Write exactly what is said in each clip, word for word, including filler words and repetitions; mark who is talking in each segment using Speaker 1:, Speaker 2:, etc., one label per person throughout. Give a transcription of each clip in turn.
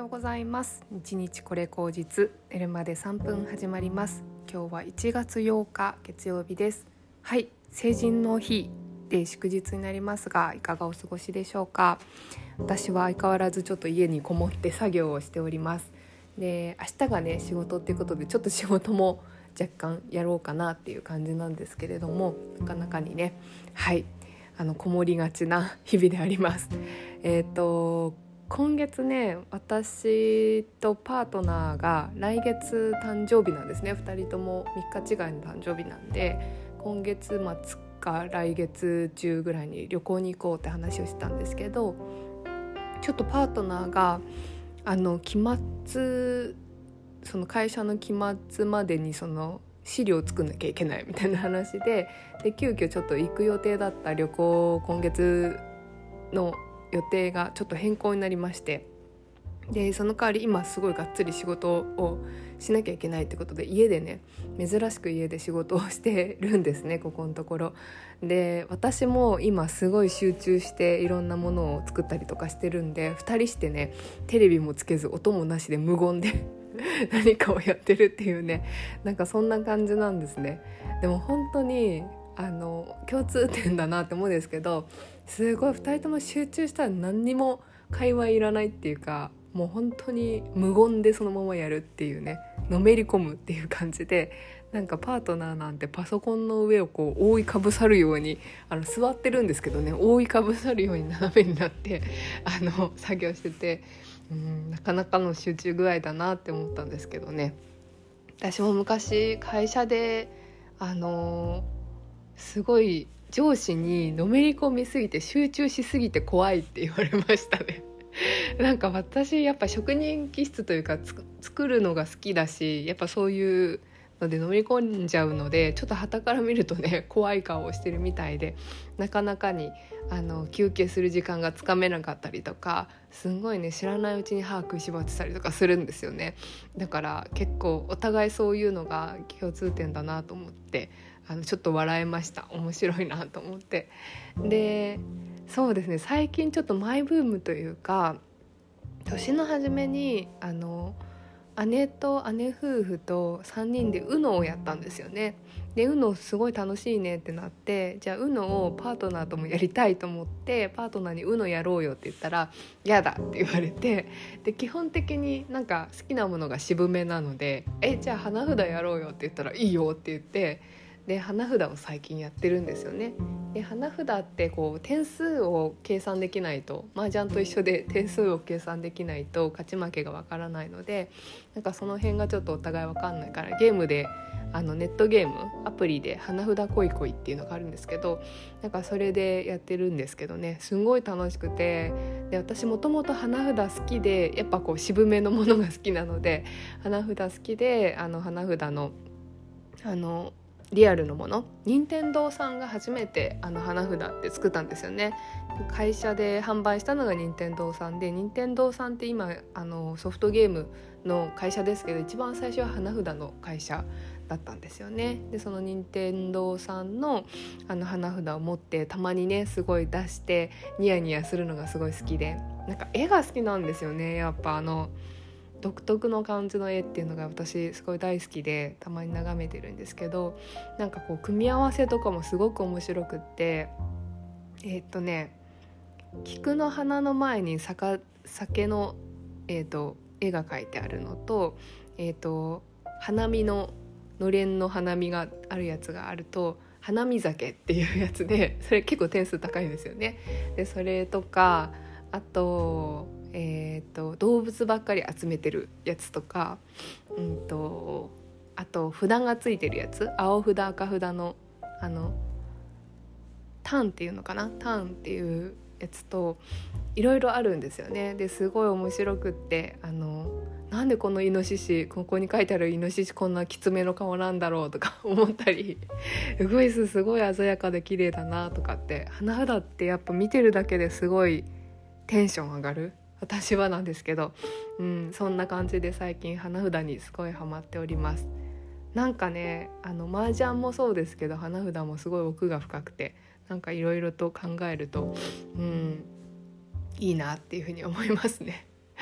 Speaker 1: うございます。日日これ口実、寝るまでさんぷん始まります。今日はいちがつようか月曜日です。はい、成人の日で祝日になりますが、いかがお過ごしでしょうか。私は相変わらずちょっと家にこもって作業をしております。で、明日がね仕事っていうことで、ちょっと仕事も若干やろうかなっていう感じなんですけれども、なかなかにね、はいあのこもりがちな日々であります。えっと今月ね、私とパートナーが来月誕生日なんですね。ふたりともみっか違いの誕生日なんで、今月末か来月中ぐらいに旅行に行こうって話をしたんですけど、ちょっとパートナーがあの期末その会社の期末までにその資料を作んなきゃいけないみたいな話で、で急遽ちょっと行く予定だった旅行、今月の予定がちょっと変更になりまして、でその代わり今すごいがっつり仕事をしなきゃいけないってことで、家でね珍しく家で仕事をしてるんですね、ここのところで。私も今すごい集中していろんなものを作ったりとかしてるんで、ふたりしてねテレビもつけず音もなしで無言で何かをやってるっていうね、なんかそんな感じなんですね。でも本当にあの共通点だなって思うんですけど、すごいふたりとも集中したら何にも会話いらないっていうか、もう本当に無言でそのままやるっていうね、のめり込むっていう感じで、なんかパートナーなんてパソコンの上をこう覆いかぶさるように、あの座ってるんですけどね、覆いかぶさるように斜めになってあの作業してて、うん、なかなかの集中具合だなって思ったんですけどね。私も昔会社であのすごい上司にのめり込みすぎて集中しすぎて怖いって言われましたねなんか私やっぱ職人気質というか、つ作るのが好きだし、やっぱそういうのでのめり込んじゃうので、ちょっと傍から見るとね怖い顔をしてるみたいで、なかなかにあの休憩する時間がつかめなかったりとか、すんごいね知らないうちに歯食いしばってたりとかするんですよね。だから結構お互いそういうのが共通点だなと思って、あのちょっと笑えました。面白いなと思って。でそうですね、最近ちょっとマイブームというか、年の初めにあの姉と姉夫婦とさんにんで ウノ をやったんですよね。で ウノ すごい楽しいねってなって、じゃあ ウノ をパートナーともやりたいと思って、パートナーに ウノ やろうよって言ったらやだって言われて、で基本的になんか好きなものが渋めなので、えじゃあ花札やろうよって言ったらいいよって言って、で花札を最近やってるんですよね。で花札ってこう点数を計算できないと、麻雀と一緒で点数を計算できないと勝ち負けがわからないので、なんかその辺がちょっとお互いわかんないから、ゲームであのネットゲームアプリで花札恋恋っていうのがあるんですけど、なんかそれでやってるんですけどね、すごい楽しくて、で私もともと花札好きで、やっぱこう渋めのものが好きなので、花札好きで、あの花札のあのリアルのもの、任天堂さんが初めてあの花札って作ったんですよね。会社で販売したのが任天堂さんで、任天堂さんって今あのソフトゲームの会社ですけど、一番最初は花札の会社だったんですよね。でその任天堂さんのあの花札を持って、たまにねすごい出してニヤニヤするのがすごい好きで、なんか絵が好きなんですよね。やっぱあの独特の感じの絵っていうのが私すごい大好きで、たまに眺めてるんですけど、なんかこう組み合わせとかもすごく面白くって、えー、っとね菊の花の前に酒、酒の、えー、っと絵が描いてあるのと、えー、っと花見ののれんの花見があるやつがあると、花見酒っていうやつで、それ結構点数高いんですよね。でそれとか、あとえー、と動物ばっかり集めてるやつとか、うんとあと札がついてるやつ、青札赤札のあのタンっていうのかな、タンっていうやつといろいろあるんですよね。ですごい面白くって、あのなんでこのイノシシ、ここに書いてあるイノシシこんなきつめの顔なんだろうとか思ったり、ウグイスすごい鮮やかで綺麗だなとかって、花札ってやっぱ見てるだけですごいテンション上がる、私はなんですけど、うん、そんな感じで最近花札にすごいハマっております。なんかね、あの麻雀もそうですけど、花札もすごい奥が深くて、なんかいろいろと考えると、うん、いいなっていうふうに思いますね。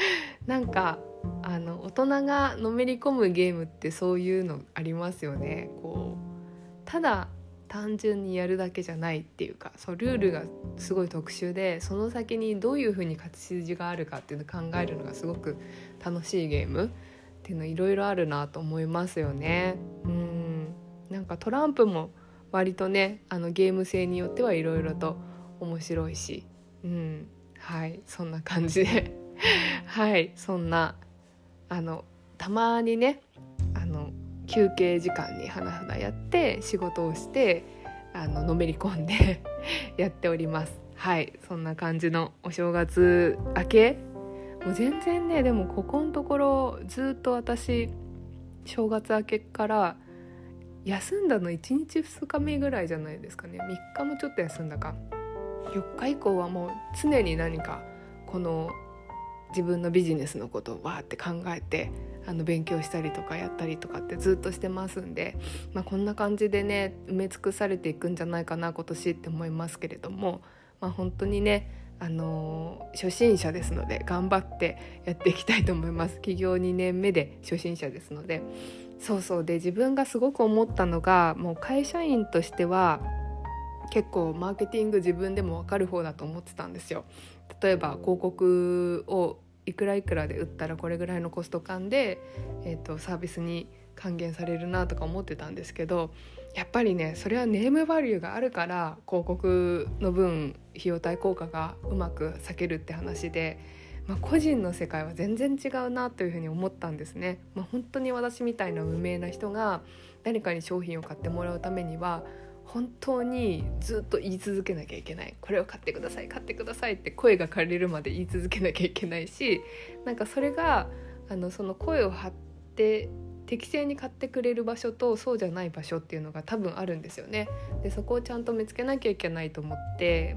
Speaker 1: なんかあの大人がのめり込むゲームってそういうのありますよね。こうただ単純にやるだけじゃないっていうか、そうルールがすごい特殊で、その先にどういう風に勝ち筋があるかっていうのを考えるのがすごく楽しいゲームっていうのいろいろあるなと思いますよね。うんなんかトランプも割とね、あのゲーム性によってはいろいろと面白いし、うんはいそんな感じではいそんなあのたまにねあの休憩時間に花々やって仕事をしてあののめり込んでやっております。はいそんな感じのお正月明け、もう全然ねでもここのところずっと私正月明けから休んだのいちにちふつかめぐらいじゃないですかね。みっかもちょっと休んだか、よっか以降はもう常に何かこの自分のビジネスのことをわーって考えてあの勉強したりとかやったりとかってずっとしてますんで、まあ、こんな感じでね埋め尽くされていくんじゃないかな今年って思いますけれども、まあ、本当にね、あのー、初心者ですので頑張ってやっていきたいと思います。起業にねんめで初心者ですので。そうそうで自分がすごく思ったのが、もう会社員としては結構マーケティング自分でも分かる方だと思ってたんですよ。例えば広告をいくらいくらで売ったらこれぐらいのコスト感で、えーと、サービスに還元されるなとか思ってたんですけど、やっぱりねそれはネームバリューがあるから広告の分費用対効果がうまく避けるって話で、まあ、個人の世界は全然違うなというふうに思ったんですね。まあ、本当に私みたいな無名な人が誰かに商品を買ってもらうためには本当にずっと言い続けなきゃいけない。これを買ってください買ってくださいって声が枯れるまで言い続けなきゃいけないし、なんかそれがあのその声を張って適正に買ってくれる場所とそうじゃない場所っていうのが多分あるんですよね。でそこをちゃんと見つけなきゃいけないと思って、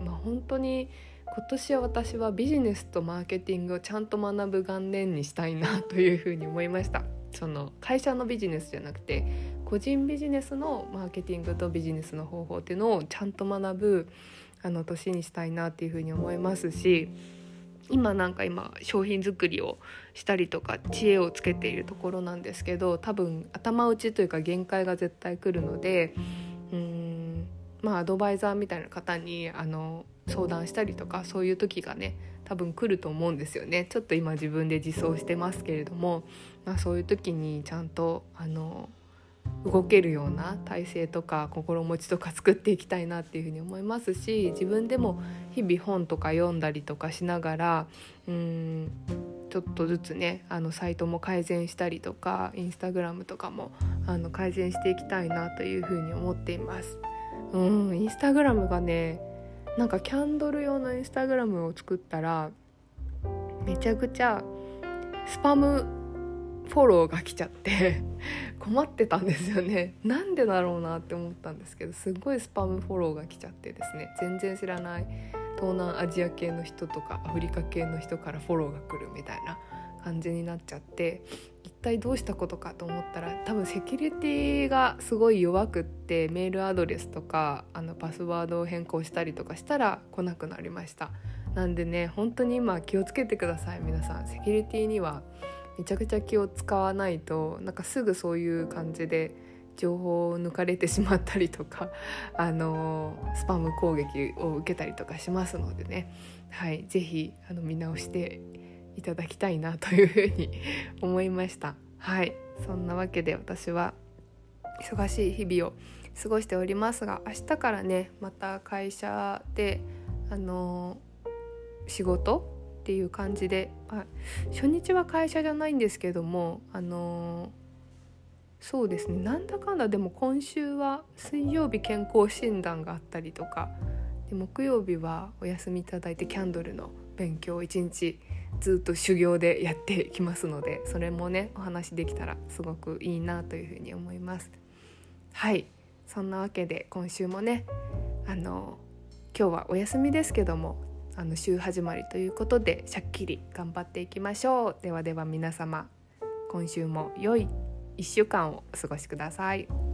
Speaker 1: まあ、本当に今年は私はビジネスとマーケティングをちゃんと学ぶ元年にしたいなというふうに思いました。その会社のビジネスじゃなくて個人ビジネスのマーケティングとビジネスの方法っていうのをちゃんと学ぶあの年にしたいなっていうふうに思いますし、今なんか今商品作りをしたりとか知恵をつけているところなんですけど、多分頭打ちというか限界が絶対来るので、うーんまあアドバイザーみたいな方にあの相談したりとかそういう時がね多分来ると思うんですよね。ちょっと今自分で自走してますけれども、まあ、そういう時にちゃんとあの動けるような体制とか心持ちとか作っていきたいなっていうふうに思いますし、自分でも日々本とか読んだりとかしながらうーんちょっとずつねあのサイトも改善したりとかインスタグラムとかもあの改善していきたいなというふうに思っています。うんインスタグラムがねなんかキャンドル用のインスタグラムを作ったらめちゃくちゃスパムフォローが来ちゃって困ってたんですよね。なんでだろうなって思ったんですけど、すごいスパムフォローが来ちゃってですね、全然知らない東南アジア系の人とかアフリカ系の人からフォローが来るみたいな感じになっちゃって、一体どうしたことかと思ったら多分セキュリティがすごい弱くってメールアドレスとかあのパスワードを変更したりとかしたら来なくなりました。なんでね本当に今気をつけてください皆さん。セキュリティにはめちゃくちゃ気を使わないとなんかすぐそういう感じで情報を抜かれてしまったりとかあのスパム攻撃を受けたりとかしますのでね、はい、ぜひあの見直していただきたいなというふうに思いました。はい、そんなわけで私は忙しい日々を過ごしておりますが、明日からねまた会社であの仕事っていう感じで、あ初日は会社じゃないんですけどもあのそうですねなんだかんだでも今週は水曜日健康診断があったりとかで、木曜日はお休みいただいてキャンドルの勉強を一日ずっと修行でやっていきますので、それもねお話できたらすごくいいなというふうに思います。はい、そんなわけで今週もねあの今日はお休みですけどもあの週始まりということでしゃっきり頑張っていきましょう。ではでは皆様今週も良いいっしゅうかんをお過ごしください。